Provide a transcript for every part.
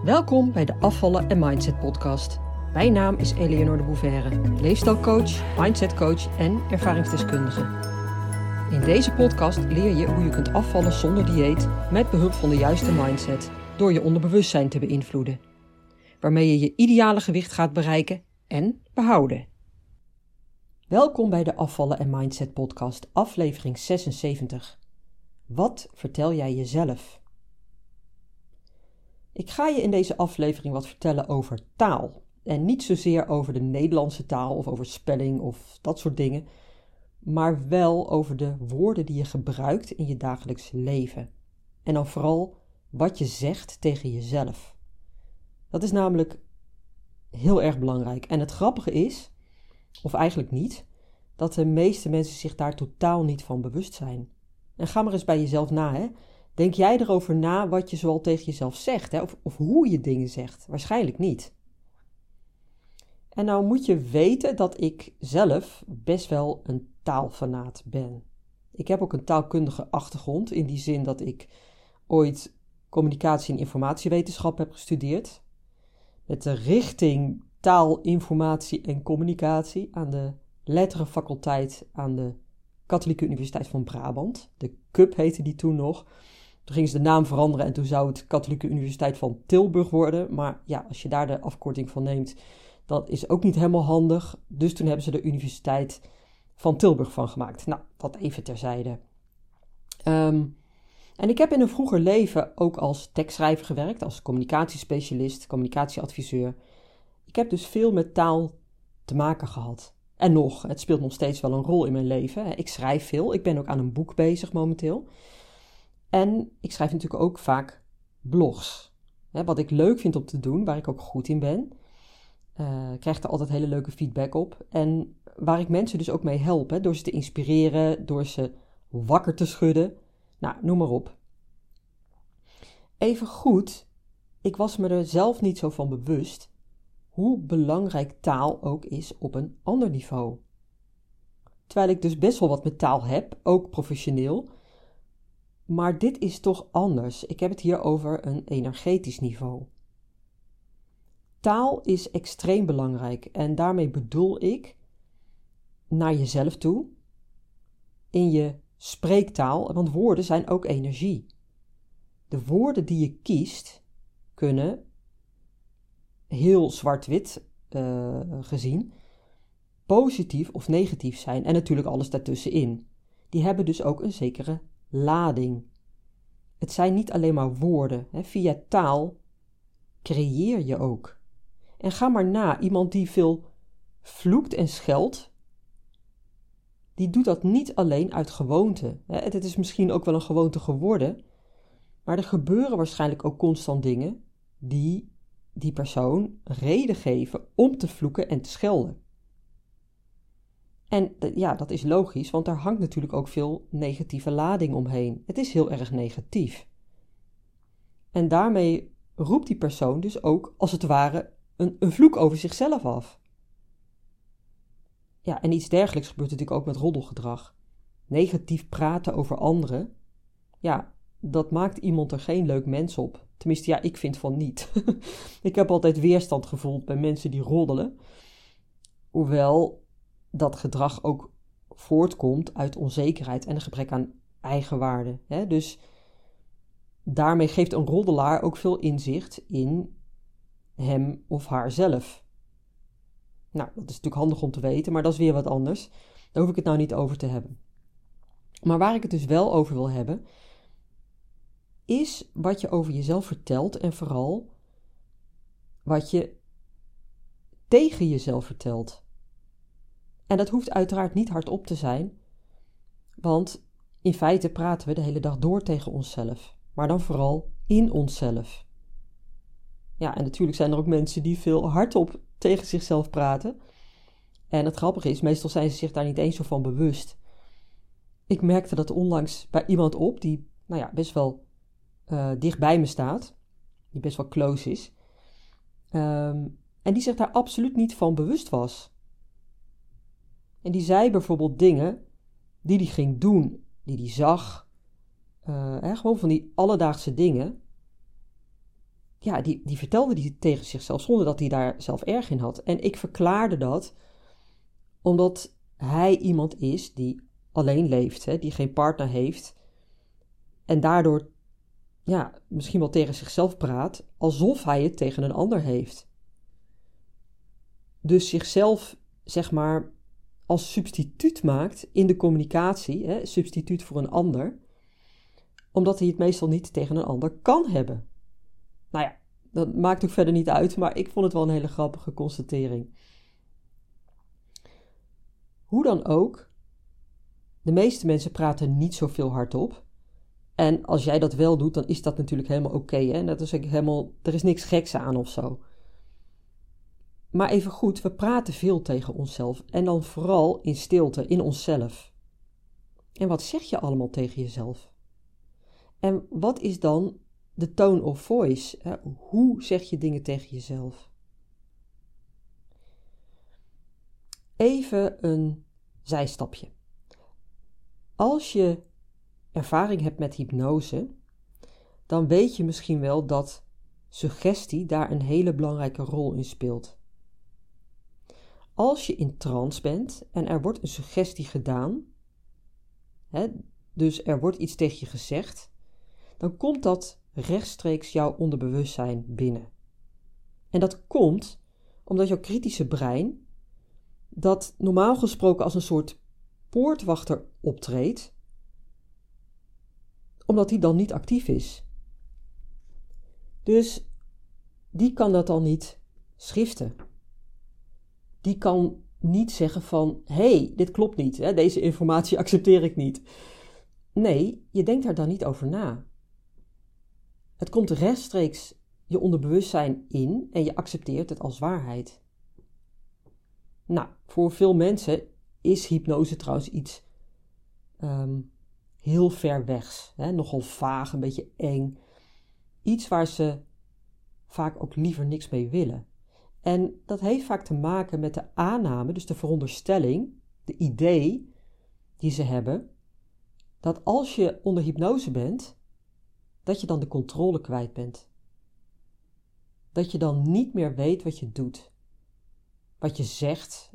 Welkom bij de Afvallen en Mindset podcast. Mijn naam is Eleonore de Bouverre, leefstijlcoach, mindsetcoach en ervaringsdeskundige. In deze podcast leer je hoe je kunt afvallen zonder dieet met behulp van de juiste mindset door je onderbewustzijn te beïnvloeden, waarmee je je ideale gewicht gaat bereiken en behouden. Welkom bij de Afvallen en Mindset podcast, aflevering 76. Wat vertel jij jezelf? Ik ga je in deze aflevering wat vertellen over taal. En niet zozeer over de Nederlandse taal of over spelling of dat soort dingen, maar wel over de woorden die je gebruikt in je dagelijks leven. En dan vooral wat je zegt tegen jezelf. Dat is namelijk heel erg belangrijk. En het grappige is, of eigenlijk niet, dat de meeste mensen zich daar totaal niet van bewust zijn. En ga maar eens bij jezelf na, hè. Denk jij erover na wat je zoal tegen jezelf zegt, hè? Of hoe je dingen zegt? Waarschijnlijk niet. En nou moet je weten dat ik zelf best wel een taalfanaat ben. Ik heb ook een taalkundige achtergrond, in die zin dat ik ooit communicatie- en informatiewetenschap heb gestudeerd. Met de richting taal, informatie en communicatie aan de letterenfaculteit aan de Katholieke Universiteit van Brabant. De KUB heette die toen nog. Toen gingen ze de naam veranderen en toen zou het Katholieke Universiteit van Tilburg worden. Maar ja, als je daar de afkorting van neemt, dat is ook niet helemaal handig. Dus toen hebben ze de Universiteit van Tilburg van gemaakt. Nou, dat even terzijde. En ik heb in een vroeger leven ook als tekstschrijver gewerkt, als communicatiespecialist, communicatieadviseur. Ik heb dus veel met taal te maken gehad. En nog, het speelt nog steeds wel een rol in mijn leven. Ik schrijf veel, ik ben ook aan een boek bezig momenteel. En ik schrijf natuurlijk ook vaak blogs. Wat ik leuk vind om te doen, waar ik ook goed in ben. Ik krijg er altijd hele leuke feedback op. En waar ik mensen dus ook mee help. Door ze te inspireren, door ze wakker te schudden. Nou, noem maar op. Even goed, ik was me er zelf niet zo van bewust hoe belangrijk taal ook is op een ander niveau. Terwijl ik dus best wel wat met taal heb, ook professioneel. Maar dit is toch anders. Ik heb het hier over een energetisch niveau. Taal is extreem belangrijk en daarmee bedoel ik naar jezelf toe, in je spreektaal, want woorden zijn ook energie. De woorden die je kiest kunnen, heel zwart-wit gezien, positief of negatief zijn en natuurlijk alles daartussenin. Die hebben dus ook een zekere lading. Het zijn niet alleen maar woorden. Via taal creëer je ook. En ga maar na, iemand die veel vloekt en scheldt, die doet dat niet alleen uit gewoonte. Het is misschien ook wel een gewoonte geworden, maar er gebeuren waarschijnlijk ook constant dingen die die persoon reden geven om te vloeken en te schelden. En ja, dat is logisch, want daar hangt natuurlijk ook veel negatieve lading omheen. Het is heel erg negatief. En daarmee roept die persoon dus ook, als het ware, een vloek over zichzelf af. Ja, en iets dergelijks gebeurt natuurlijk ook met roddelgedrag. Negatief praten over anderen, ja, dat maakt iemand er geen leuk mens op. Tenminste, ja, ik vind van niet. Ik heb altijd weerstand gevoeld bij mensen die roddelen. Hoewel dat gedrag ook voortkomt uit onzekerheid en een gebrek aan eigenwaarde. Dus daarmee geeft een roddelaar ook veel inzicht in hem of haarzelf. Nou, dat is natuurlijk handig om te weten, maar dat is weer wat anders. Daar hoef ik het nou niet over te hebben. Maar waar ik het dus wel over wil hebben, is wat je over jezelf vertelt en vooral wat je tegen jezelf vertelt. En dat hoeft uiteraard niet hardop te zijn, want in feite praten we de hele dag door tegen onszelf, maar dan vooral in onszelf. Ja, en natuurlijk zijn er ook mensen die veel hardop tegen zichzelf praten. En het grappige is, meestal zijn ze zich daar niet eens zo van bewust. Ik merkte dat onlangs bij iemand op die best wel dicht bij me staat, die best wel close is, en die zich daar absoluut niet van bewust was. En die zei bijvoorbeeld dingen die hij ging doen, die hij zag. Gewoon van die alledaagse dingen. die vertelde die tegen zichzelf zonder dat hij daar zelf erg in had. En ik verklaarde dat omdat hij iemand is die alleen leeft, hè, die geen partner heeft. En daardoor misschien wel tegen zichzelf praat, alsof hij het tegen een ander heeft. Dus zichzelf, zeg maar, als substituut maakt in de communicatie, hè, substituut voor een ander, omdat hij het meestal niet tegen een ander kan hebben. Nou ja, dat maakt ook verder niet uit, maar ik vond het wel een hele grappige constatering. Hoe dan ook, de meeste mensen praten niet zoveel hardop. En als jij dat wel doet, dan is dat natuurlijk helemaal oké. En dat is er is niks geks aan of zo. Maar even goed, we praten veel tegen onszelf. En dan vooral in stilte, in onszelf. En wat zeg je allemaal tegen jezelf? En wat is dan de tone of voice? Hoe zeg je dingen tegen jezelf? Even een zijstapje. Als je ervaring hebt met hypnose, dan weet je misschien wel dat suggestie daar een hele belangrijke rol in speelt. Als je in trance bent en er wordt een suggestie gedaan, dus er wordt iets tegen je gezegd, dan komt dat rechtstreeks jouw onderbewustzijn binnen. En dat komt omdat jouw kritische brein, dat normaal gesproken als een soort poortwachter optreedt, omdat die dan niet actief is. Dus die kan dat dan niet schriften. Die kan niet zeggen van, hey, dit klopt niet, hè? Deze informatie accepteer ik niet. Nee, je denkt daar dan niet over na. Het komt rechtstreeks je onderbewustzijn in en je accepteert het als waarheid. Nou, voor veel mensen is hypnose trouwens iets heel ver wegs. Nogal vaag, een beetje eng. Iets waar ze vaak ook liever niks mee willen. En dat heeft vaak te maken met de aanname, dus de veronderstelling, de idee die ze hebben, dat als je onder hypnose bent, dat je dan de controle kwijt bent. Dat je dan niet meer weet wat je doet, wat je zegt.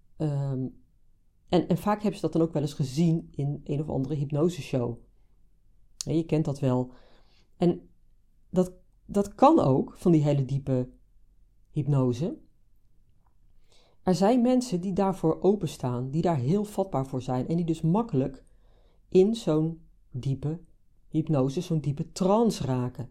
En vaak hebben ze dat dan ook wel eens gezien in een of andere hypnoseshow. Ja, je kent dat wel. En dat kan ook, van die hele diepe hypnose. Er zijn mensen die daarvoor openstaan, die daar heel vatbaar voor zijn en die dus makkelijk in zo'n diepe hypnose, zo'n diepe trance raken.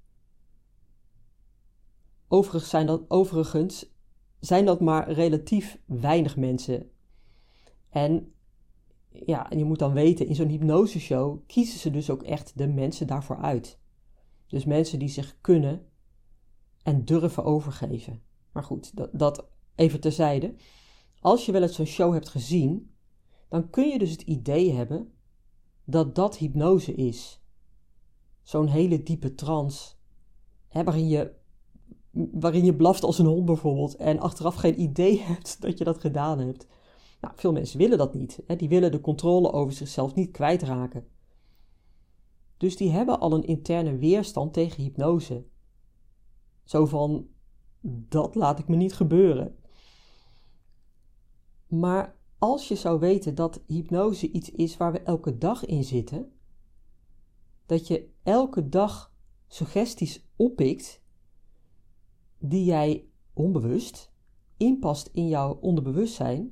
Overigens zijn dat maar relatief weinig mensen. En je moet dan weten, in zo'n hypnoseshow kiezen ze dus ook echt de mensen daarvoor uit. Dus mensen die zich kunnen en durven overgeven. Maar goed, dat even terzijde. Als je wel eens zo'n show hebt gezien, dan kun je dus het idee hebben dat dat hypnose is. Zo'n hele diepe trance, waarin je blaft als een hond bijvoorbeeld en achteraf geen idee hebt dat je dat gedaan hebt. Nou, veel mensen willen dat niet. Die willen de controle over zichzelf niet kwijtraken. Dus die hebben al een interne weerstand tegen hypnose. Zo van, dat laat ik me niet gebeuren. Maar als je zou weten dat hypnose iets is waar we elke dag in zitten, dat je elke dag suggesties oppikt die jij onbewust inpast in jouw onderbewustzijn,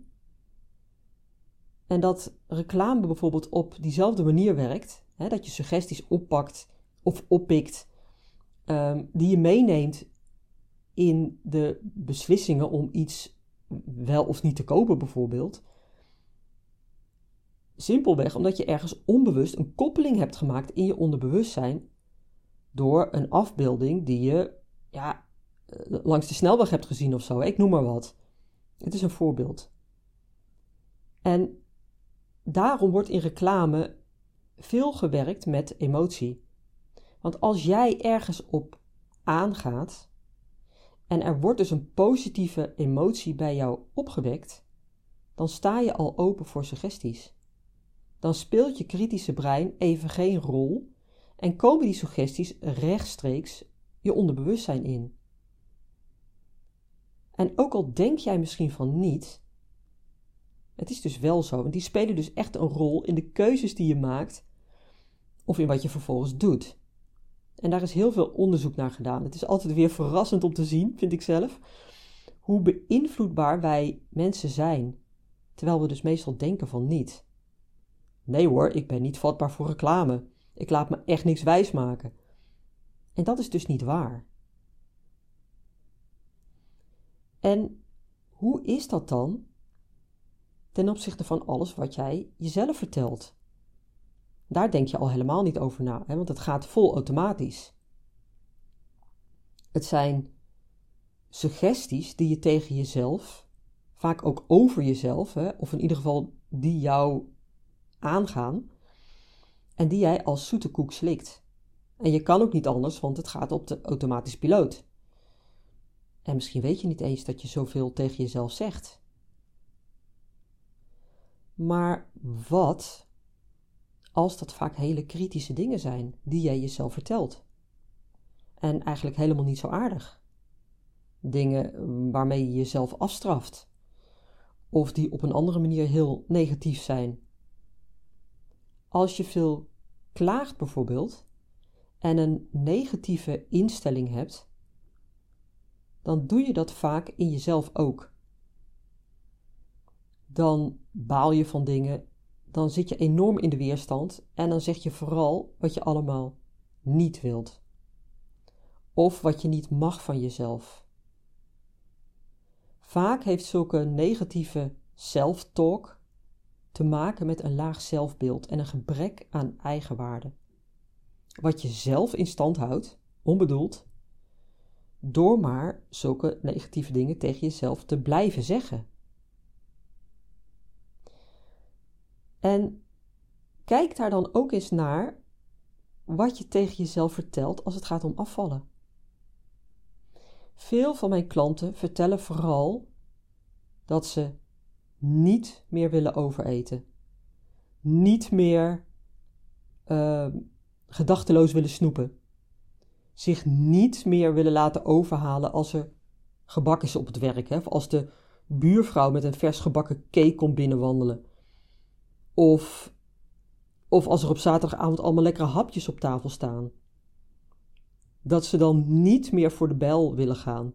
en dat reclame bijvoorbeeld op diezelfde manier werkt, dat je suggesties oppakt of oppikt die je meeneemt in de beslissingen om iets wel of niet te kopen bijvoorbeeld. Simpelweg omdat je ergens onbewust een koppeling hebt gemaakt in je onderbewustzijn door een afbeelding die je langs de snelweg hebt gezien of zo. Ik noem maar wat. Het is een voorbeeld. En daarom wordt in reclame veel gewerkt met emotie. Want als jij ergens op aangaat en er wordt dus een positieve emotie bij jou opgewekt, dan sta je al open voor suggesties. Dan speelt je kritische brein even geen rol en komen die suggesties rechtstreeks je onderbewustzijn in. En ook al denk jij misschien van niet, het is dus wel zo. En die spelen dus echt een rol in de keuzes die je maakt of in wat je vervolgens doet. En daar is heel veel onderzoek naar gedaan. Het is altijd weer verrassend om te zien, vind ik zelf, hoe beïnvloedbaar wij mensen zijn, terwijl we dus meestal denken van niet. Nee hoor, ik ben niet vatbaar voor reclame. Ik laat me echt niks wijsmaken. En dat is dus niet waar. En hoe is dat dan ten opzichte van alles wat jij jezelf vertelt? Daar denk je al helemaal niet over na, hè? Want het gaat vol automatisch. Het zijn suggesties die je tegen jezelf, vaak ook over jezelf, hè, of in ieder geval die jou aangaan, en die jij als zoete koek slikt. En je kan ook niet anders, want het gaat op de automatische piloot. En misschien weet je niet eens dat je zoveel tegen jezelf zegt. Maar wat als dat vaak hele kritische dingen zijn die jij jezelf vertelt? En eigenlijk helemaal niet zo aardig. Dingen waarmee je jezelf afstraft. Of die op een andere manier heel negatief zijn. Als je veel klaagt bijvoorbeeld en een negatieve instelling hebt, dan doe je dat vaak in jezelf ook. Dan baal je van dingen, dan zit je enorm in de weerstand en dan zeg je vooral wat je allemaal niet wilt. Of wat je niet mag van jezelf. Vaak heeft zulke negatieve self-talk te maken met een laag zelfbeeld en een gebrek aan eigenwaarde. Wat je zelf in stand houdt, onbedoeld, door maar zulke negatieve dingen tegen jezelf te blijven zeggen. En kijk daar dan ook eens naar wat je tegen jezelf vertelt als het gaat om afvallen. Veel van mijn klanten vertellen vooral dat ze niet meer willen overeten. Niet meer gedachteloos willen snoepen. Zich niet meer willen laten overhalen als er gebak is op het werk. Hè? Of als de buurvrouw met een vers gebakken cake komt binnenwandelen. Of als er op zaterdagavond allemaal lekkere hapjes op tafel staan. Dat ze dan niet meer voor de bijl willen gaan.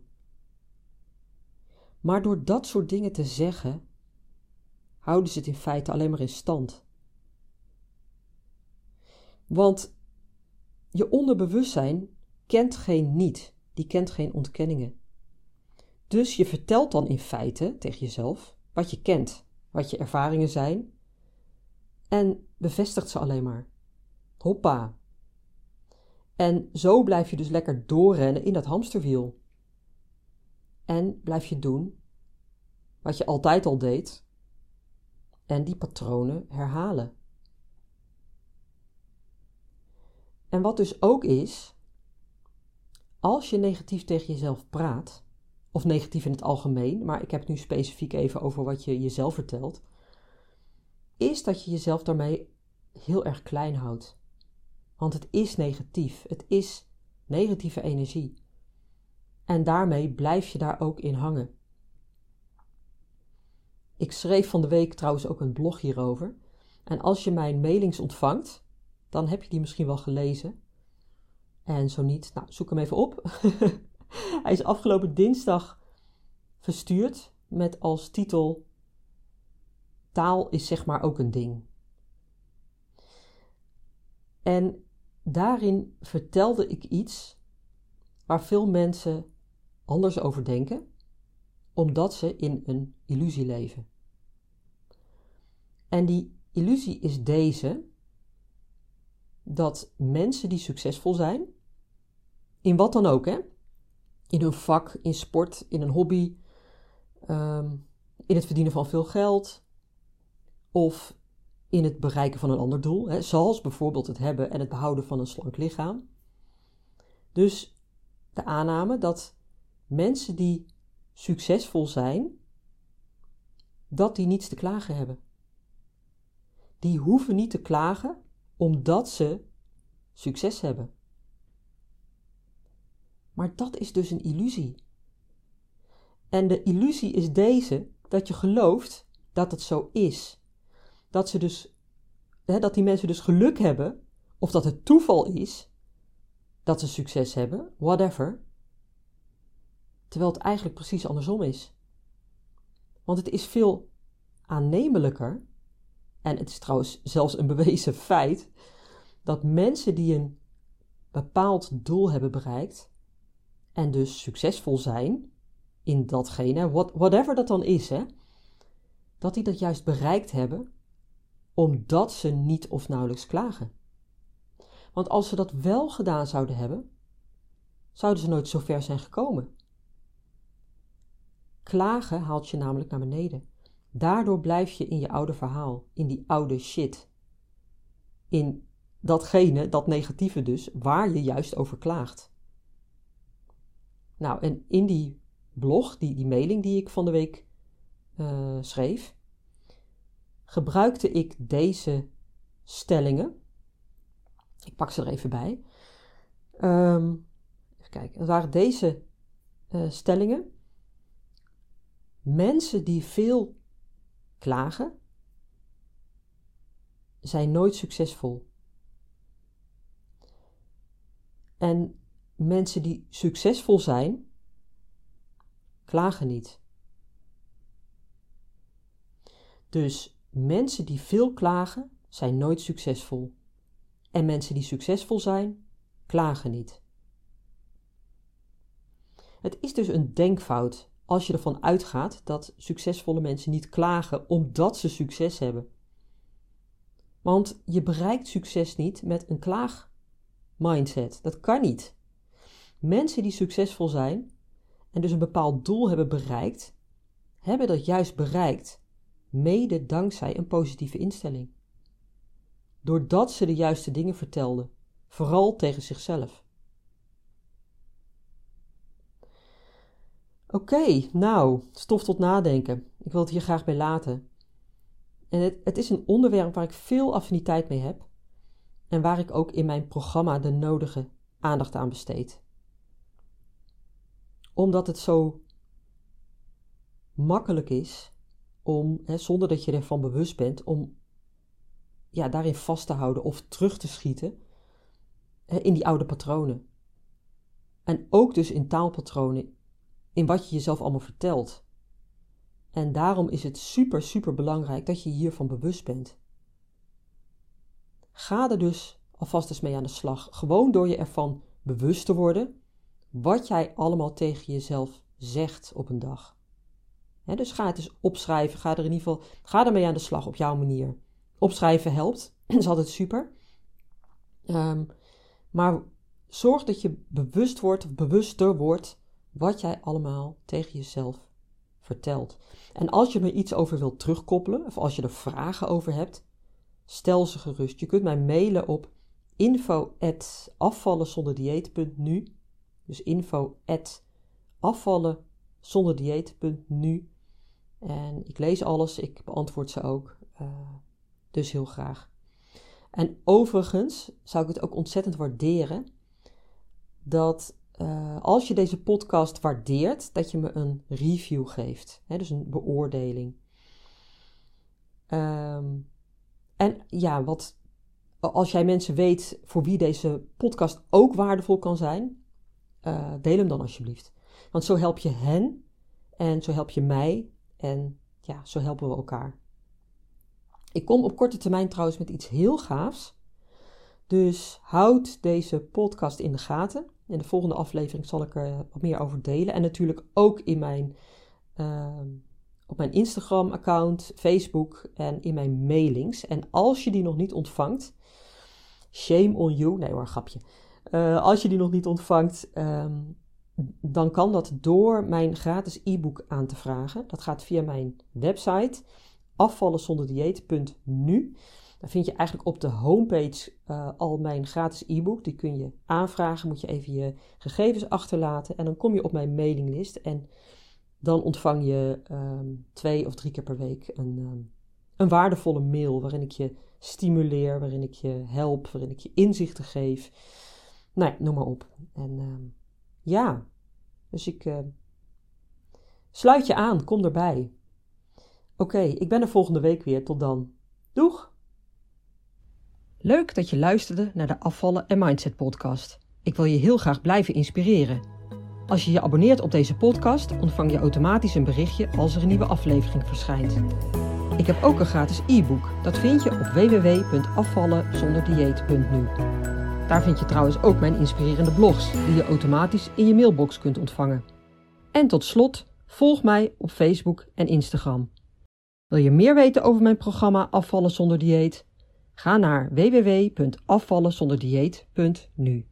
Maar door dat soort dingen te zeggen, houden ze het in feite alleen maar in stand. Want je onderbewustzijn kent geen niet, die kent geen ontkenningen. Dus je vertelt dan in feite tegen jezelf wat je kent, wat je ervaringen zijn en bevestigt ze alleen maar. Hoppa. En zo blijf je dus lekker doorrennen in dat hamsterwiel. En blijf je doen wat je altijd al deed en die patronen herhalen. En wat dus ook is, als je negatief tegen jezelf praat, of negatief in het algemeen, maar ik heb het nu specifiek even over wat je jezelf vertelt, is dat je jezelf daarmee heel erg klein houdt. Want het is negatief, het is negatieve energie. En daarmee blijf je daar ook in hangen. Ik schreef van de week trouwens ook een blog hierover. En als je mijn mailings ontvangt, dan heb je die misschien wel gelezen. En zo niet, nou, zoek hem even op. Hij is afgelopen dinsdag verstuurd met als titel: Taal is zeg maar ook een ding. En daarin vertelde ik iets waar veel mensen anders over denken, omdat ze in een illusie leven. En die illusie is deze: dat mensen die succesvol zijn, in wat dan ook, hè? In hun vak, in sport, in een hobby, in het verdienen van veel geld of in het bereiken van een ander doel, hè? Zoals bijvoorbeeld het hebben en het behouden van een slank lichaam. Dus de aanname dat mensen die succesvol zijn, dat die niets te klagen hebben. Die hoeven niet te klagen omdat ze succes hebben. Maar dat is dus een illusie. En de illusie is deze, dat je gelooft dat het zo is. Dat die mensen dus geluk hebben, of dat het toeval is dat ze succes hebben, whatever. Terwijl het eigenlijk precies andersom is. Want het is veel aannemelijker, en het is trouwens zelfs een bewezen feit, dat mensen die een bepaald doel hebben bereikt en dus succesvol zijn in datgene, whatever dat dan is, dat die dat juist bereikt hebben omdat ze niet of nauwelijks klagen. Want als ze dat wel gedaan zouden hebben, zouden ze nooit zo ver zijn gekomen. Klagen haalt je namelijk naar beneden. Daardoor blijf je in je oude verhaal, in die oude shit. In datgene, dat negatieve dus, waar je juist over klaagt. Nou, en in die blog, die mailing die ik van de week schreef, gebruikte ik deze stellingen. Ik pak ze er even bij. Even kijken. Het waren deze stellingen. Mensen die veel klagen, zijn nooit succesvol. En mensen die succesvol zijn, klagen niet. Dus mensen die veel klagen, zijn nooit succesvol. En mensen die succesvol zijn, klagen niet. Het is dus een denkfout als je ervan uitgaat dat succesvolle mensen niet klagen omdat ze succes hebben. Want je bereikt succes niet met een klaagmindset. Dat kan niet. Mensen die succesvol zijn en dus een bepaald doel hebben bereikt, hebben dat juist bereikt, mede dankzij een positieve instelling. Doordat ze de juiste dingen vertelden, vooral tegen zichzelf. Oké, nou, stof tot nadenken. Ik wil het hier graag bij laten. En het is een onderwerp waar ik veel affiniteit mee heb en waar ik ook in mijn programma de nodige aandacht aan besteed. Omdat het zo makkelijk is om, zonder dat je ervan bewust bent, om daarin vast te houden of terug te schieten in die oude patronen. En ook dus in taalpatronen, in wat je jezelf allemaal vertelt. En daarom is het super, super belangrijk dat je hiervan bewust bent. Ga er dus alvast eens mee aan de slag. Gewoon door je ervan bewust te worden wat jij allemaal tegen jezelf zegt op een dag. Dus ga het eens opschrijven. Ga ermee aan de slag op jouw manier. Opschrijven helpt. Dat is altijd super. Maar zorg dat je bewust wordt of bewuster wordt wat jij allemaal tegen jezelf vertelt. En als je er iets over wilt terugkoppelen, of als je er vragen over hebt, stel ze gerust. Je kunt mij mailen op info@afvallenzonderdieet.nu. Dus info@afvallenzonderdieet.nu. En ik lees alles, ik beantwoord ze ook. Dus heel graag. En overigens zou ik het ook ontzettend waarderen dat als je deze podcast waardeert, dat je me een review geeft. Dus een beoordeling. En ja, als jij mensen weet voor wie deze podcast ook waardevol kan zijn, deel hem dan alsjeblieft. Want zo help je hen en zo help je mij en ja, zo helpen we elkaar. Ik kom op korte termijn trouwens met iets heel gaafs. Dus houd deze podcast in de gaten. In de volgende aflevering zal ik er wat meer over delen. En natuurlijk ook in op mijn Instagram-account, Facebook en in mijn mailings. En als je die nog niet ontvangt, shame on you. Nee hoor, grapje. Als je die nog niet ontvangt, dan kan dat door mijn gratis e-book aan te vragen. Dat gaat via mijn website afvallenzonderdieet.nu. Daar vind je eigenlijk op de homepage al mijn gratis e-book. Die kun je aanvragen, moet je even je gegevens achterlaten. En dan kom je op mijn mailinglist. En dan ontvang je 2 of 3 keer per week een waardevolle mail. Waarin ik je stimuleer, waarin ik je help, waarin ik je inzichten geef. Nou ja, noem maar op. En Ja, dus ik sluit je aan, kom erbij. Oké, ik ben er volgende week weer. Tot dan. Doeg! Leuk dat je luisterde naar de Afvallen en Mindset podcast. Ik wil je heel graag blijven inspireren. Als je je abonneert op deze podcast, ontvang je automatisch een berichtje als er een nieuwe aflevering verschijnt. Ik heb ook een gratis e-book. Dat vind je op www.afvallenzonderdieet.nu. Daar vind je trouwens ook mijn inspirerende blogs, die je automatisch in je mailbox kunt ontvangen. En tot slot, volg mij op Facebook en Instagram. Wil je meer weten over mijn programma Afvallen zonder dieet? Ga naar www.afvallenzonderdieet.nu.